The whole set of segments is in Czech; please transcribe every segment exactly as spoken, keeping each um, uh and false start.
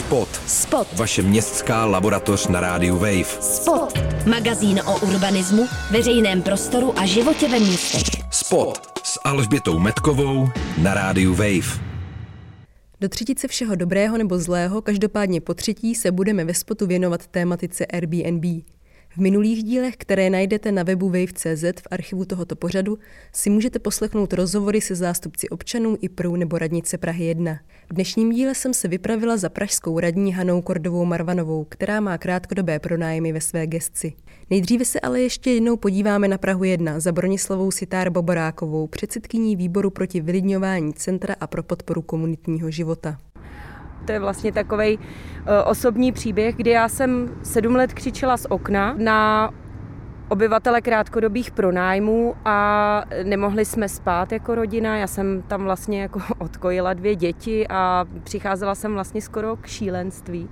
Spot. Spot. Vaše městská laboratoř na rádiu Wave. Spot. Magazín o urbanismu, veřejném prostoru a životě ve městech. Spot s Alžbětou Metkovou na rádiu Wave. Do třetice všeho dobrého nebo zlého, každopádně po třetí se budeme ve Spotu věnovat tématice Airbnb. V minulých dílech, které najdete na webu wave tečka cé zet v archivu tohoto pořadu, si můžete poslechnout rozhovory se zástupci občanů I P R U nebo radnice Prahy jedna. V dnešním díle jsem se vypravila za pražskou radní Hanou Kordovou Marvanovou, která má krátkodobé pronájmy ve své gesci. Nejdříve se ale ještě jednou podíváme na Prahu jedna za Bronislavou Sitár-Boborákovou, předsedkyní výboru proti vylidňování centra a pro podporu komunitního života. To je vlastně takovej uh, osobní příběh, kdy já jsem sedm let křičela z okna na obyvatele krátkodobých pronájmů a nemohli jsme spát jako rodina. Já jsem tam vlastně jako odkojila dvě děti a přicházela jsem vlastně skoro k šílenství.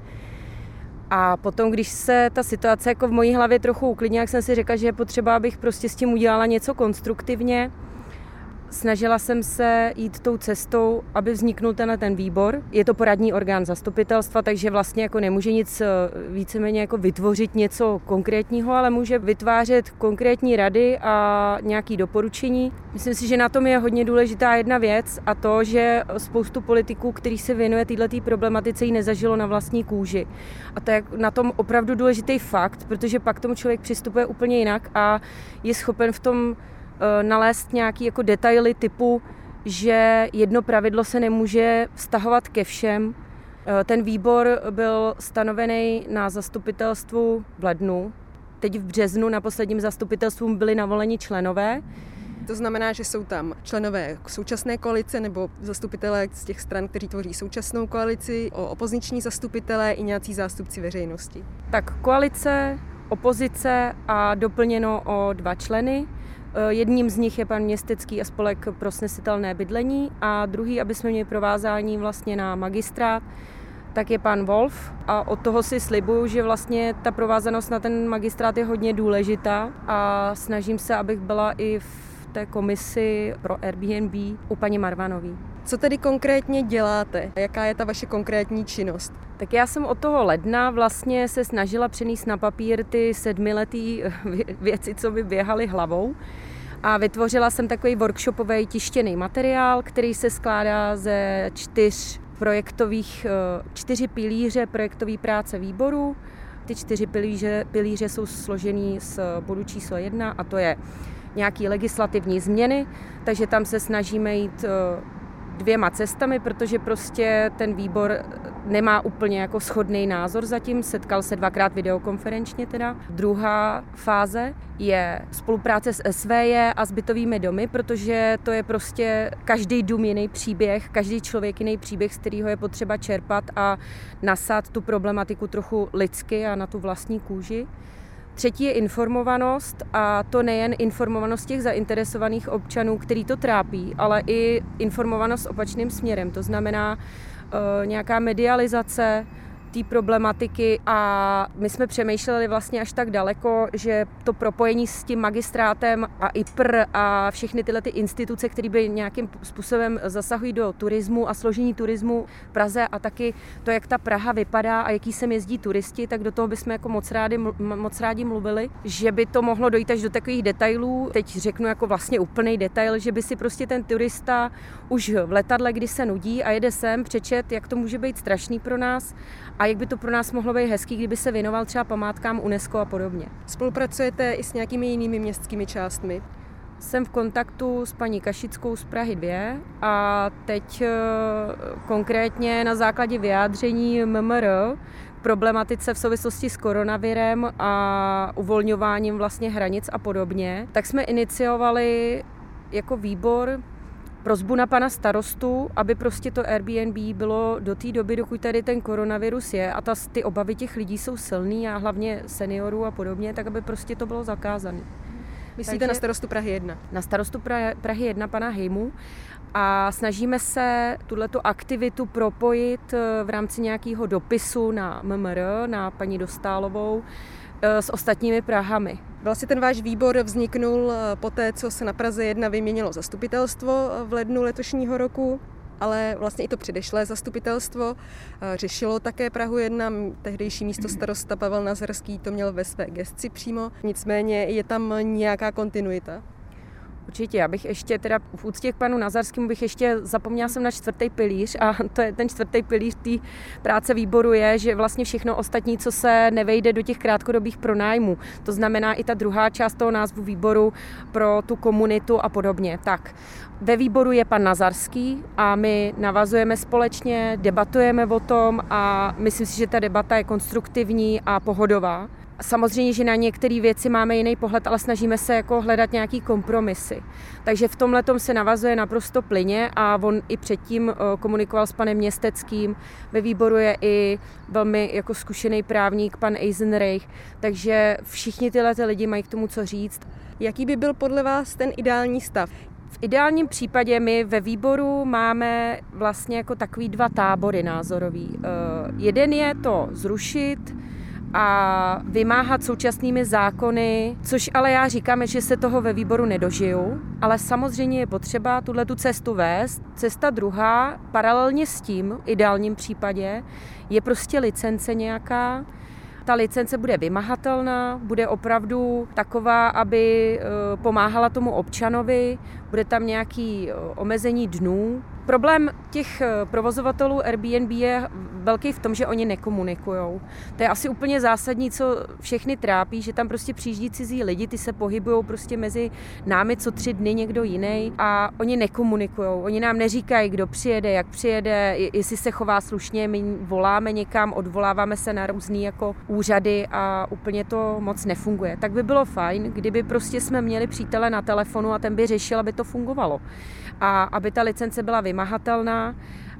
A potom, když se ta situace jako v mojí hlavě trochu uklidnila, jak jsem si řekla, že je potřeba, abych prostě s tím udělala něco konstruktivně, snažila jsem se jít tou cestou, aby vzniknul tenhle ten výbor. Je to poradní orgán zastupitelstva, takže vlastně jako nemůže nic víceméně jako vytvořit něco konkrétního, ale může vytvářet konkrétní rady a nějaké doporučení. Myslím si, že na tom je hodně důležitá jedna věc a to, že spoustu politiků, kteří se věnuje této problematice, ji nezažilo na vlastní kůži. A to je na tom opravdu důležitý fakt, protože pak tomu člověk přistupuje úplně jinak a je schopen v tom nalézt nějaký jako detaily typu, že jedno pravidlo se nemůže vztahovat ke všem. Ten výbor byl stanovený na zastupitelstvu v lednu. Teď v březnu na posledním zastupitelstvu byli navoleni členové. To znamená, že jsou tam členové současné koalice nebo zastupitelé z těch stran, kteří tvoří současnou koalici, opoziční zastupitelé i nějací zástupci veřejnosti. Tak koalice, opozice a doplněno o dva členy. Jedním z nich je pan Městecký a spolek pro snesitelné bydlení a druhý, aby jsme měli provázání vlastně na magistrát, tak je pan Wolf a od toho si slibuju, že vlastně ta provázanost na ten magistrát je hodně důležitá a snažím se, abych byla i v té komisi pro Airbnb u paní Marvanový. Co tedy konkrétně děláte? Jaká je ta vaše konkrétní činnost? Tak já jsem od toho ledna vlastně se snažila přenést na papír ty sedmiletý věci, co mi běhaly hlavou. A vytvořila jsem takový workshopový tištěný materiál, který se skládá ze čtyř projektových, čtyři pilíře projektové práce výboru. Ty čtyři pilíře, pilíře jsou složený z bodu číslo jedna a to je nějaké legislativní změny, takže tam se snažíme jít dvěma cestami, protože prostě ten výbor nemá úplně jako shodný názor zatím, setkal se dvakrát videokonferenčně teda. Druhá fáze je spolupráce s S V J a s bytovými domy, protože to je prostě každý dům jiný příběh, každý člověk jiný příběh, z kterého je potřeba čerpat a nasát tu problematiku trochu lidsky a na tu vlastní kůži. Třetí je informovanost a to nejen informovanost těch zainteresovaných občanů, který to trápí, ale i informovanost opačným směrem. To znamená e, nějaká medializace té problematiky a my jsme přemýšleli vlastně až tak daleko, že to propojení s tím magistrátem a I P R a všechny tyhle ty instituce, které by nějakým způsobem zasahují do turismu a složení turismu v Praze a taky to, jak ta Praha vypadá a jaký sem jezdí turisti, tak do toho bychom jako moc rádi, moc rádi mluvili, že by to mohlo dojít až do takových detailů. Teď řeknu jako vlastně úplný detail, že by si prostě ten turista už v letadle, kdy se nudí a jede sem, přečet, jak to může být strašný pro nás a jak by to pro nás mohlo být hezký, kdyby se věnoval třeba památkám UNESCO a podobně. Spolupracujete i s nějakými jinými městskými částmi? Jsem v kontaktu s paní Kašickou z Prahy dva a teď konkrétně na základě vyjádření M M R problematice v souvislosti s koronavirem a uvolňováním vlastně hranic a podobně, tak jsme iniciovali jako výbor prosbu na pana starostu, aby prostě to Airbnb bylo do té doby, dokud tady ten koronavirus je a ta, ty obavy těch lidí jsou silný a hlavně seniorů a podobně, tak aby prostě to bylo zakázané. Myslíte Takže na starostu Prahy jedna? Na starostu Prahy jedna pana Hejmu a snažíme se tuhletu aktivitu propojit v rámci nějakého dopisu na M M R, na paní Dostálovou, s ostatními Prahami. Vlastně ten váš výbor vzniknul poté, co se na Praze jedna vyměnilo zastupitelstvo v lednu letošního roku. ale vlastně i to předešlé zastupitelstvo řešilo také Prahu jedna. Tehdejší místostarosta Pavel Nazarský to měl ve své gesci přímo. Nicméně je tam nějaká kontinuita? Určitě, já bych ještě teda v úctě k panu Nazarskému bych ještě zapomněla jsem na čtvrtý pilíř a to je ten čtvrtý pilíř té práce výboru je, že vlastně všechno ostatní, co se nevejde do těch krátkodobých pronájmů, to znamená i ta druhá část toho názvu výboru pro tu komunitu a podobně. Tak, ve výboru je pan Nazarský a my navazujeme společně, debatujeme o tom a myslím si, že ta debata je konstruktivní a pohodová. Samozřejmě, že na některé věci máme jiný pohled, ale snažíme se jako hledat nějaký kompromisy. Takže v tomhletom se navazuje naprosto plyně a on i předtím komunikoval s panem Městeckým. Ve výboru je i velmi jako zkušený právník pan Eisenreich, takže všichni tyhle lidi mají k tomu co říct. Jaký by byl podle vás ten ideální stav? V ideálním případě my ve výboru máme vlastně jako takový dva tábory názorový. Jeden je to zrušit a vymáhat současnými zákony, což ale já říkám, že se toho ve výboru nedožiju, ale samozřejmě je potřeba tuhletu cestu vést. Cesta druhá, paralelně s tím, v ideálním případě, je prostě licence nějaká. Ta licence bude vymahatelná, bude opravdu taková, aby pomáhala tomu občanovi, bude tam nějaký omezení dnů. Problém těch provozovatelů Airbnb je velký v tom, že oni nekomunikujou. To je asi úplně zásadní, co všechny trápí, že tam prostě přijíždí cizí lidi, ty se pohybují prostě mezi námi co tři dny někdo jiný a oni nekomunikujou. Oni nám neříkají, kdo přijede, jak přijede, jestli se chová slušně, my voláme někam, odvoláváme se na různý jako úřady a úplně to moc nefunguje. Tak by bylo fajn, kdyby prostě jsme měli přítele na telefonu a ten by řešil, aby to fungovalo. A aby ta licence byla vymahatelná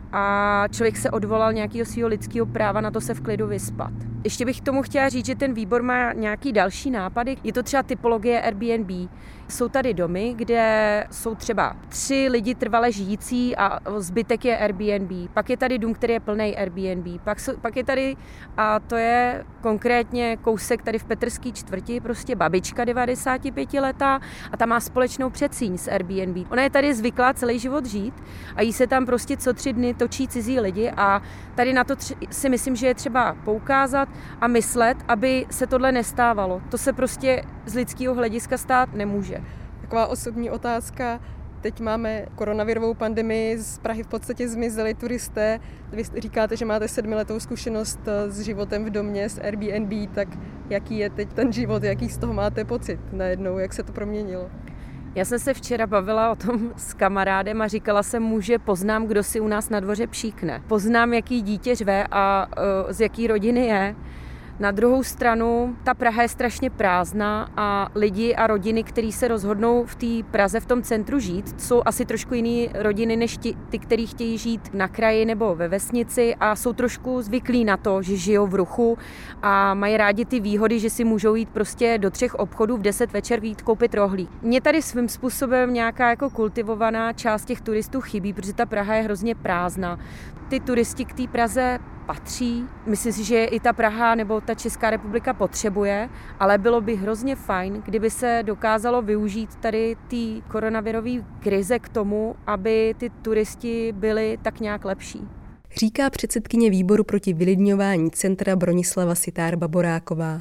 a člověk se odvolal nějakého svého lidského práva na to se v klidu vyspat. Ještě bych k tomu chtěla říct, že ten výbor má nějaký další nápady. Je to třeba typologie Airbnb. Jsou tady domy, kde jsou třeba tři lidi trvale žijící a zbytek je Airbnb. Pak je tady dům, který je plný Airbnb. Pak, jsou, pak je tady, a to je konkrétně kousek tady v Petrské čtvrti, prostě babička devadesátipětiletá a ta má společnou předsíň s Airbnb. Ona je tady zvyklá celý život žít a jí se tam prostě co tři dny točí cizí lidi a tady na to tři, si myslím, že je třeba poukázat a myslet, aby se tohle nestávalo. To se prostě z lidského hlediska stát nemůže. Taková osobní otázka. Teď máme koronavirovou pandemii, z Prahy v podstatě zmizeli turisté. Vy říkáte, že máte sedmiletou zkušenost s životem v domě, s Airbnb, tak jaký je teď ten život, jaký z toho máte pocit najednou, jak se to proměnilo? Já jsem se včera bavila o tom s kamarádem a říkala jsem mu, že poznám, kdo si u nás na dvoře pšíkne. Poznám, jaký dítě řve a uh, z jaký rodiny je. Na druhou stranu, ta Praha je strašně prázdná a lidi a rodiny, kteří se rozhodnou v té Praze v tom centru žít, jsou asi trošku jiný rodiny než ti, ty, kteří chtějí žít na kraji nebo ve vesnici a jsou trošku zvyklí na to, že žijou v ruchu a mají rádi ty výhody, že si můžou jít prostě do třech obchodů v deset večer jít koupit rohlík. Mně tady svým způsobem nějaká jako kultivovaná část těch turistů chybí, protože ta Praha je hrozně prázdná. Ty turisti k té Praze patří. Myslím si, že i ta Praha nebo ta Česká republika potřebuje, ale bylo by hrozně fajn, kdyby se dokázalo využít tady té koronavirové krize k tomu, aby ty turisti byli tak nějak lepší. Říká předsedkyně výboru proti vylidňování centra Bronislava Sitár-Baboráková.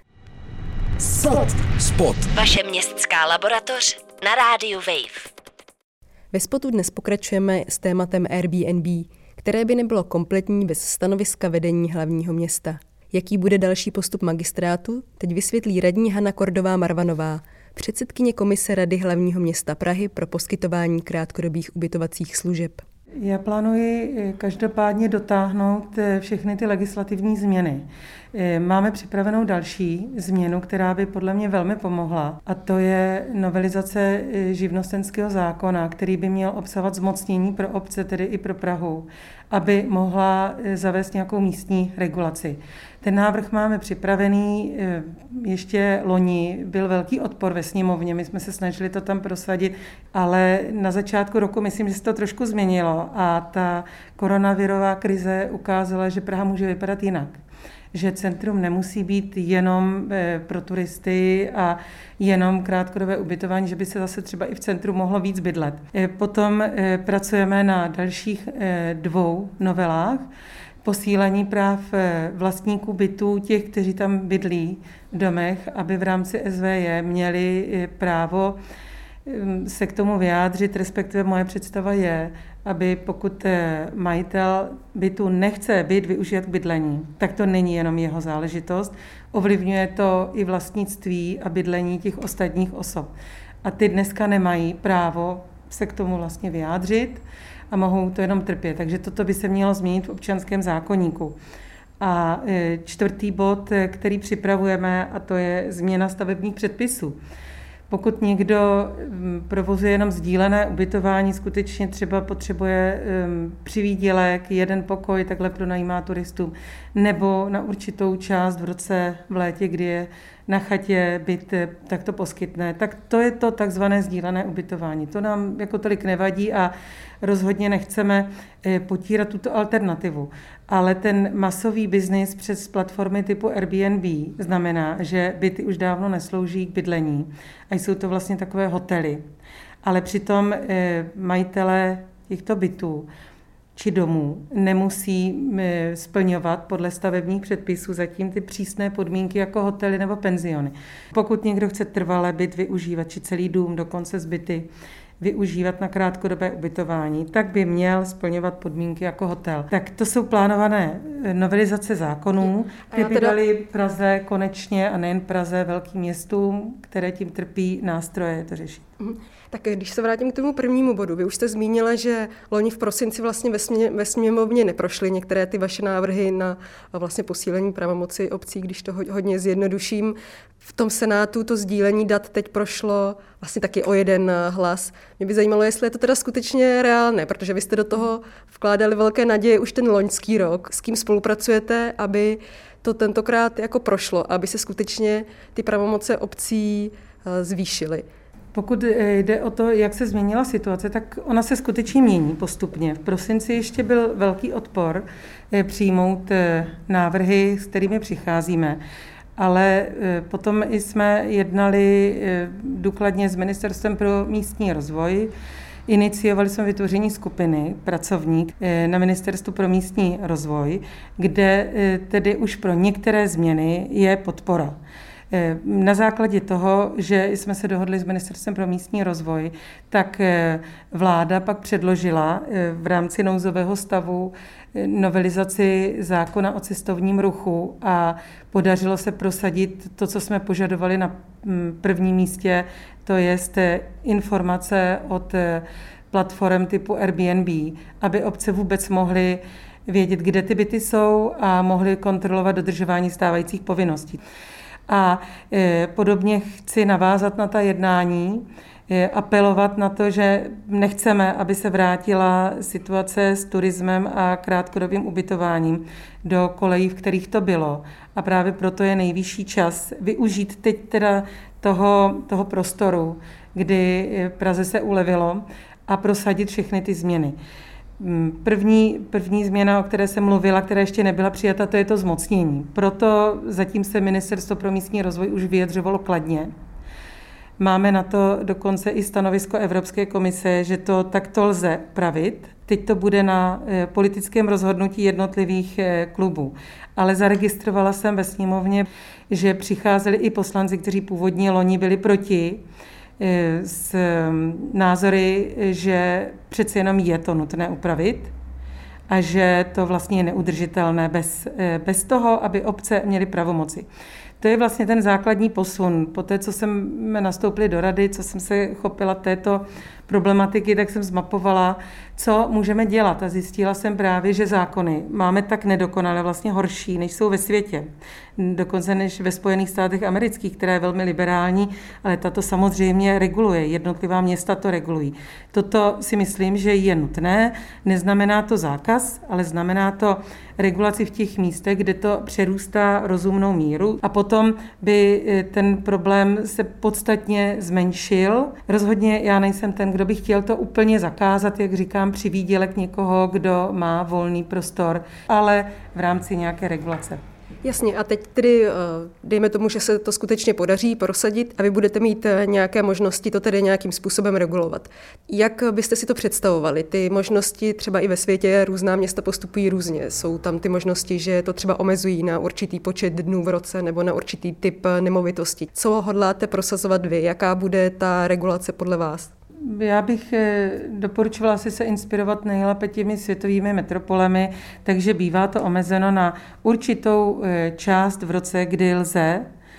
Spot. Spot. Vaše městská laboratoř na rádiu Wave. Ve spotu dnes pokračujeme s tématem Airbnb, které by nebylo kompletní bez stanoviska vedení hlavního města. Jaký bude další postup magistrátu, teď vysvětlí radní Hana Kordová-Marvanová, předsedkyně komise Rady hlavního města Prahy pro poskytování krátkodobých ubytovacích služeb. Já plánuji každopádně dotáhnout všechny ty legislativní změny. Máme připravenou další změnu, která by podle mě velmi pomohla, a to je novelizace živnostenského zákona, který by měl obsahovat zmocnění pro obce, tedy i pro Prahu, aby mohla zavést nějakou místní regulaci. Ten návrh máme připravený, ještě loni byl velký odpor ve sněmovně, my jsme se snažili to tam prosadit, ale na začátku roku myslím, že se to trošku změnilo a ta koronavirová krize ukázala, že Praha může vypadat jinak. Že centrum nemusí být jenom pro turisty a jenom krátkodobé ubytování, že by se zase třeba i v centru mohlo víc bydlet. Potom pracujeme na dalších dvou novelách. Posílení práv vlastníků bytů, těch, kteří tam bydlí v domech, aby v rámci S V J měli právo se k tomu vyjádřit, respektive moje představa je, aby pokud majitel bytu nechce byt využít k bydlení, tak to není jenom jeho záležitost, ovlivňuje to i vlastnictví a bydlení těch ostatních osob. A ty dneska nemají právo se k tomu vlastně vyjádřit a mohou to jenom trpět. Takže toto by se mělo změnit v občanském zákoníku. A čtvrtý bod, který připravujeme, a to je změna stavebních předpisů. Pokud někdo provozuje jenom sdílené ubytování, skutečně třeba potřebuje přivýdělek, jeden pokoj, takhle pronajímá turistům, nebo na určitou část v roce v létě, kdy je na chatě byt, tak to poskytne. Tak to je to takzvané sdílené ubytování. To nám jako tolik nevadí a rozhodně nechceme potírat tuto alternativu. Ale ten masový biznis přes platformy typu Airbnb znamená, že byty už dávno neslouží k bydlení a jsou to vlastně takové hotely. Ale přitom majitelé těchto bytů či domů nemusí splňovat podle stavebních předpisů zatím ty přísné podmínky jako hotely nebo penziony. Pokud někdo chce trvale byt využívat, či celý dům, dokonce zbyty, využívat na krátkodobé ubytování, tak by měl splňovat podmínky jako hotel. Tak to jsou plánované novelizace zákonů, které by daly Praze konečně, a nejen Praze, velkým městům, které tím trpí, nástroje to řešit. Tak když se vrátím k tomu prvnímu bodu, vy už jste zmínila, že loni v prosinci vlastně ve, smě, ve sněmovně neprošly některé ty vaše návrhy na vlastně posílení pravomoci obcí, když to hodně zjednoduším. V tom Senátu to sdílení dat teď prošlo vlastně taky o jeden hlas. Mě by zajímalo, jestli je to teda skutečně reálné, protože vy jste do toho vkládali velké naděje už ten loňský rok. S kým spolupracujete, aby to tentokrát jako prošlo, aby se skutečně ty pravomoce obcí zvýšily? Pokud jde o to, jak se změnila situace, tak ona se skutečně mění postupně. V prosinci ještě byl velký odpor přijmout návrhy, s kterými přicházíme, ale potom jsme jednali důkladně s Ministerstvem pro místní rozvoj. Iniciovali jsme vytvoření skupiny pracovník na Ministerstvu pro místní rozvoj, kde tedy už pro některé změny je podpora. Na základě toho, že jsme se dohodli s Ministerstvem pro místní rozvoj, tak vláda pak předložila v rámci nouzového stavu novelizaci zákona o cestovním ruchu a podařilo se prosadit to, co jsme požadovali na prvním místě, to je informace od platform typu Airbnb, aby obce vůbec mohly vědět, kde ty byty jsou a mohly kontrolovat dodržování stávajících povinností. A e, podobně chci navázat na ta jednání, e, apelovat na to, že nechceme, aby se vrátila situace s turismem a krátkodobým ubytováním do kolejí, v kterých to bylo. A právě proto je nejvyšší čas využít teď teda toho, toho prostoru, kdy Praze se ulevilo, a prosadit všechny ty změny. První, první změna, o které jsem mluvila, která ještě nebyla přijata, to je to zmocnění. Proto zatím se Ministerstvo pro místní rozvoj už vyjadřovalo kladně. Máme na to dokonce i stanovisko Evropské komise, že to takto lze pravit. Teď to bude na politickém rozhodnutí jednotlivých klubů. Ale zaregistrovala jsem ve sněmovně, že přicházeli i poslanci, kteří původně loni byli proti, s názory, že přeci jenom je to nutné upravit a že to vlastně je neudržitelné bez, bez toho, aby obce měly pravomoci. To je vlastně ten základní posun. Po té, co jsme nastoupili do rady, co jsem se chopila této problematiky, tak jsem zmapovala, co můžeme dělat. A zjistila jsem právě, že zákony máme tak nedokonale, vlastně horší, než jsou ve světě. Dokonce než ve Spojených státech amerických, která je velmi liberální, ale tato samozřejmě reguluje. Jednotlivá města to regulují. Toto si myslím, že je nutné. Neznamená to zákaz, ale znamená to regulaci v těch místech, kde to přerůstá rozumnou míru. A potom by ten problém se podstatně zmenšil. Rozhodně já nejsem ten, kdo by chtěl to úplně zakázat, jak říkám, přivýdělek někoho, kdo má volný prostor, ale v rámci nějaké regulace. Jasně, a teď tedy dejme tomu, že se to skutečně podaří prosadit a vy budete mít nějaké možnosti to tedy nějakým způsobem regulovat. Jak byste si to představovali? Ty možnosti třeba i ve světě různá města postupují různě. Jsou tam ty možnosti, že to třeba omezují na určitý počet dnů v roce nebo na určitý typ nemovitosti. Co hodláte prosazovat vy? Jaká bude ta regulace podle vás? Já bych doporučovala si se inspirovat nejlépe těmi světovými metropolemi, takže bývá to omezeno na určitou část v roce, kdy lze,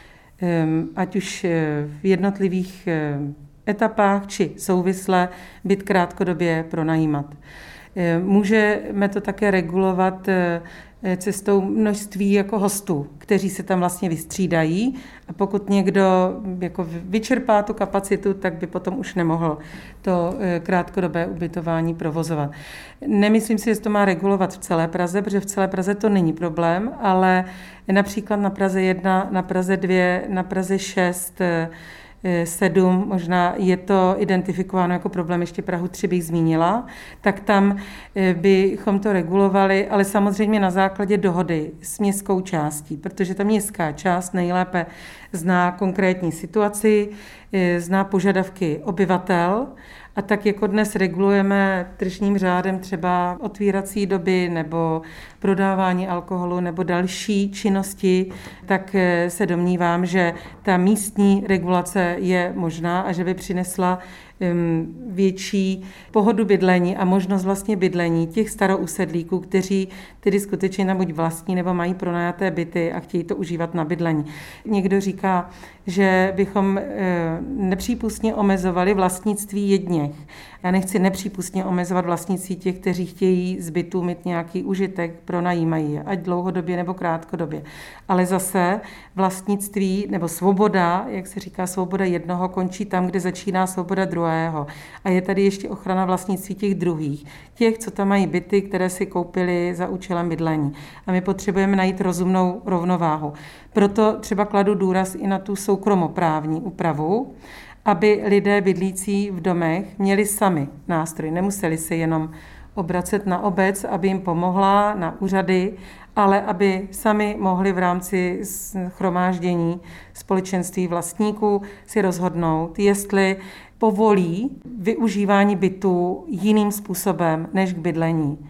ať už v jednotlivých etapách či souvisle, byt krátkodobě pronajímat. Můžeme to také regulovat cestou množství jako hostů, kteří se tam vlastně vystřídají a pokud někdo jako vyčerpá tu kapacitu, tak by potom už nemohl to krátkodobé ubytování provozovat. Nemyslím si, že to má regulovat v celé Praze, protože v celé Praze to není problém, ale například na Praze jedna, na Praze dvě, na Praze šest, sedm, možná je to identifikováno jako problém, ještě Prahu tři bych zmínila, tak tam bychom to regulovali, ale samozřejmě na základě dohody s městskou částí, protože ta městská část nejlépe zná konkrétní situaci, zná požadavky obyvatel a tak jako dnes regulujeme tržním řádem třeba otvírací doby nebo prodávání alkoholu nebo další činnosti, tak se domnívám, že ta místní regulace je možná a že by přinesla větší pohodu bydlení a možnost vlastně bydlení těch starousedlíků, kteří tedy skutečně tam buď vlastní nebo mají pronajaté byty a chtějí to užívat na bydlení. Někdo říká, že bychom nepřípustně omezovali vlastnictví jedněch. Já nechci nepřípustně omezovat vlastnictví těch, kteří chtějí z bytu mít nějaký užitek, pronajímají je, ať dlouhodobě nebo krátkodobě. Ale zase vlastnictví nebo svoboda, jak se říká, svoboda jednoho končí tam, kde začíná svoboda druhého. A je tady ještě ochrana vlastnictví těch druhých. Těch, co tam mají byty, které si koupili za účelem bydlení. A my potřebujeme najít rozumnou rovnováhu. Proto třeba kladu důraz i na tu soukromoprávní úpravu, aby lidé bydlící v domech měli sami nástroj. Nemuseli se jenom obracet na obec, aby jim pomohla, na úřady, ale aby sami mohli v rámci shromáždění společenství vlastníků si rozhodnout, jestli povolí využívání bytu jiným způsobem než k bydlení.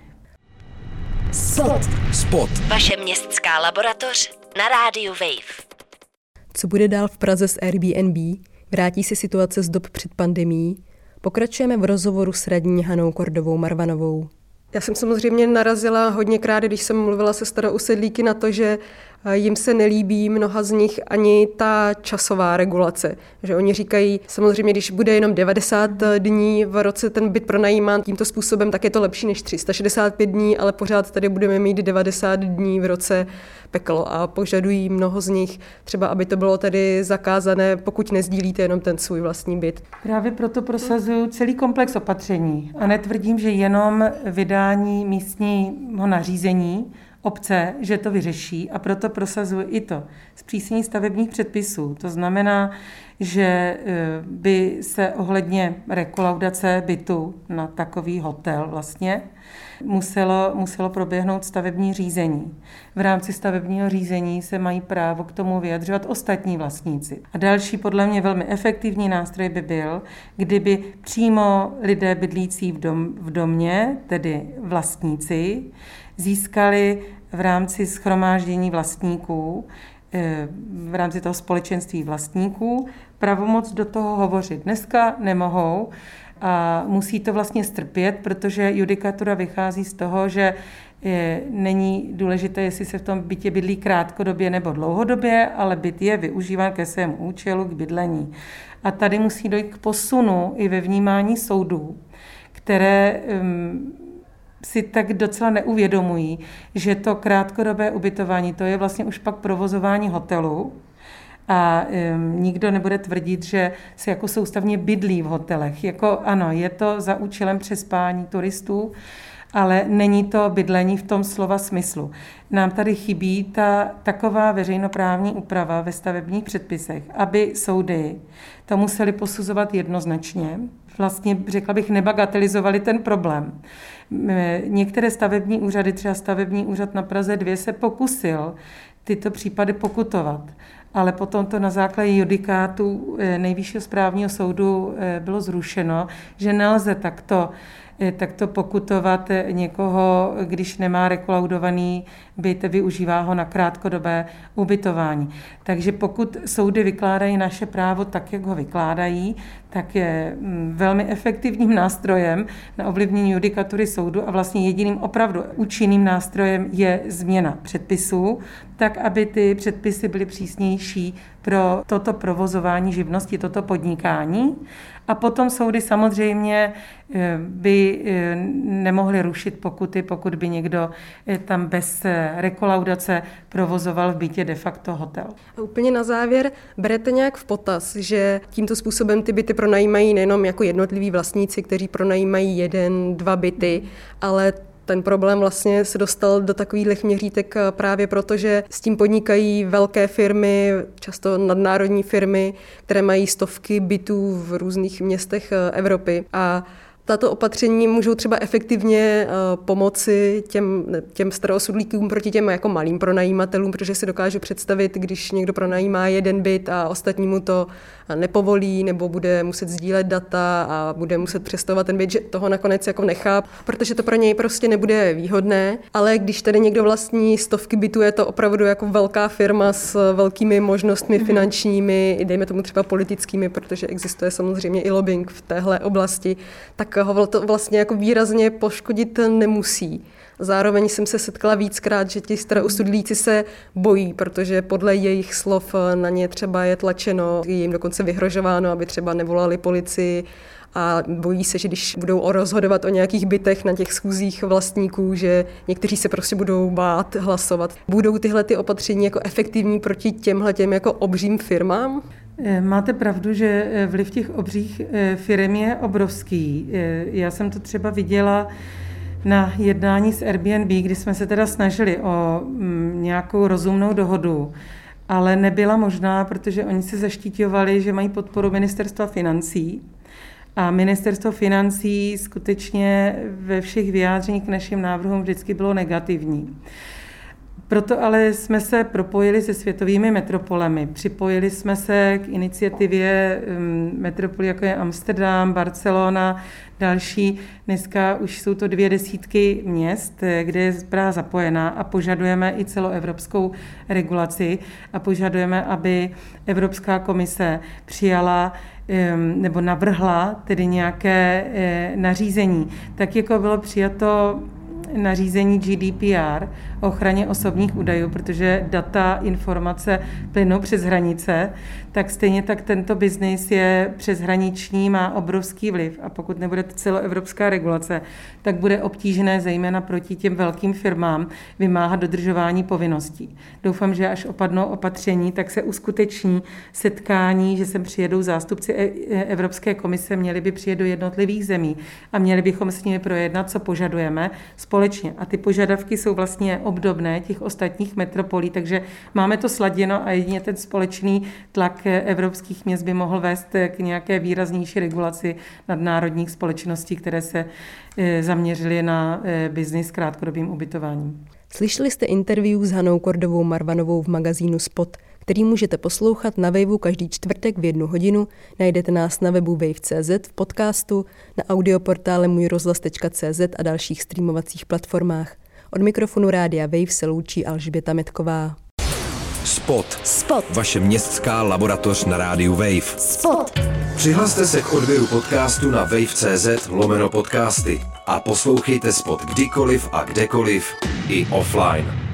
Spot. Spot. Vaše městská laboratoř na rádiu Wave. Co bude dál v Praze s Airbnb? Vrátí se situace z dob před pandemií? Pokračujeme v rozhovoru s radní Hanou Kordovou Marvanovou. Já jsem samozřejmě narazila hodněkrát, když jsem mluvila se starousedlíky na to, že jim se nelíbí mnoha z nich ani ta časová regulace. Že oni říkají, samozřejmě, když bude jenom devadesát dní v roce ten byt pronajímán tímto způsobem, tak je to lepší než tři sta šedesát pět dní, ale pořád tady budeme mít devadesát dní v roce peklo a požadují mnoho z nich třeba, aby to bylo tady zakázané, pokud nezdílíte jenom ten svůj vlastní byt. Právě proto prosazuju celý komplex opatření a netvrdím, že jenom vydání místního nařízení obce, že to vyřeší a proto prosazuji i to zpřísnění stavebních předpisů. To znamená, že by se ohledně rekolaudace bytu na takový hotel vlastně muselo, muselo proběhnout stavební řízení. V rámci stavebního řízení se mají právo k tomu vyjadřovat ostatní vlastníci. A další podle mě velmi efektivní nástroj by byl, kdyby přímo lidé bydlící v, dom, v domě, tedy vlastníci, získali v rámci shromáždění vlastníků, v rámci toho společenství vlastníků, pravomoc do toho hovořit. Dneska nemohou a musí to vlastně strpět, protože judikatura vychází z toho, že je, není důležité, jestli se v tom bytě bydlí krátkodobě nebo dlouhodobě, ale byt je využíván ke svému účelu, k bydlení. A tady musí dojít k posunu i ve vnímání soudů, které um, si tak docela neuvědomují, že to krátkodobé ubytování, to je vlastně už pak provozování hotelu a um, nikdo nebude tvrdit, že se jako soustavně bydlí v hotelech. Jako ano, je to za účelem přespání turistů, ale není to bydlení v tom slova smyslu. nám tady chybí ta taková veřejnoprávní úprava ve stavebních předpisech, aby soudy to museli posuzovat jednoznačně. Vlastně, řekla bych, nebagatelizovali ten problém. Některé stavební úřady, třeba stavební úřad na Praze dva, se pokusil tyto případy pokutovat, ale potom to na základě judikátu Nejvyššího správního soudu bylo zrušeno, že nelze takto takto pokutovat někoho, když nemá rekolaudovaný byt, využívá ho na krátkodobé ubytování. Takže pokud soudy vykládají naše právo tak, jak ho vykládají, tak je velmi efektivním nástrojem na ovlivnění judikatury soudu a vlastně jediným opravdu účinným nástrojem je změna předpisů, tak, aby ty předpisy byly přísnější pro toto provozování živnosti, toto podnikání. A potom soudy samozřejmě by nemohly rušit pokuty, pokud by někdo tam bez rekolaudace provozoval v bytě de facto hotel. A úplně na závěr, berete nějak v potaz, že tímto způsobem ty byty pronajímají nejenom jako jednotliví vlastníci, kteří pronajímají jeden, dva byty, ale ten problém vlastně se dostal do takových měřítek právě proto, že s tím podnikají velké firmy, často nadnárodní firmy, které mají stovky bytů v různých městech Evropy. A tato opatření můžou třeba efektivně pomoci těm, těm starosudlíkům proti těm jako malým pronajímatelům, protože si dokážu představit, když někdo pronajímá jeden byt a ostatní mu to nepovolí nebo bude muset sdílet data a bude muset přestavovat ten byt, že toho nakonec jako nechá, protože to pro něj prostě nebude výhodné. Ale když tady někdo vlastní stovky bytů, je to opravdu jako velká firma s velkými možnostmi finančními, dejme tomu třeba politickými, protože existuje samozřejmě i lobbying v téhle oblasti, tak ho to vlastně jako výrazně poškodit nemusí. Zároveň jsem se setkala víckrát, že ti starousudlíci se bojí, protože podle jejich slov na ně třeba je tlačeno, je jim dokonce vyhrožováno, aby třeba nevolali policii a bojí se, že když budou rozhodovat o nějakých bytech na těch schůzích vlastníků, že někteří se prostě budou bát hlasovat. Budou tyhle ty opatření jako efektivní proti těmhletěm jako obřím firmám? Máte pravdu, že vliv těch obřích firm je obrovský. Já jsem to třeba viděla na jednání s Airbnb, kdy jsme se teda snažili o nějakou rozumnou dohodu, ale nebyla možná, protože oni se zaštiťovali, že mají podporu ministerstva financí. A ministerstvo financí skutečně ve všech vyjádřeních k našim návrhům vždycky bylo negativní. Proto ale jsme se propojili se světovými metropolemi. Připojili jsme se k iniciativě metropolí, jako je Amsterdam, Barcelona, další. Dneska už jsou to dvě desítky měst, kde je Praha zapojená a požadujeme i celoevropskou regulaci a požadujeme, aby Evropská komise přijala nebo navrhla tedy nějaké nařízení. Tak jako bylo přijato nařízení G D P R o ochraně osobních údajů, protože data, informace plynou přes hranice, tak stejně tak tento biznis je přeshraniční, má obrovský vliv a pokud nebude celoevropská regulace, tak bude obtížné zejména proti těm velkým firmám vymáhat dodržování povinností. Doufám, že až opadnou opatření, tak se uskuteční setkání, že sem přijedou zástupci Evropské komise, měli by přijet do jednotlivých zemí a měli bychom s nimi projednat, co požadujeme společně. A ty požadavky jsou vlastně obdobné těch ostatních metropolí, takže máme to sladěno a jedině ten společný tlak evropských měst by mohl vést k nějaké výraznější regulaci nadnárodních společností, které se zaměřily na biznis s krátkodobým ubytováním. Slyšeli jste interview s Hanou Kordovou Marvanovou v magazínu Spot, který můžete poslouchat na Waveu každý čtvrtek v jednu hodinu. Najdete nás na webu wave tečka cé zet, v podcastu, na audioportále můj rozhlas tečka cé zet a dalších streamovacích platformách. Od mikrofonu rádia Wave se loučí Alžběta Metková. Spot. Spot. Vaše městská laboratoř na rádiu Wave. Spot. Přihlaste se k odběru podcastu na wave tečka cé zet lomeno podcasty a poslouchejte Spot kdykoliv a kdekoliv i offline.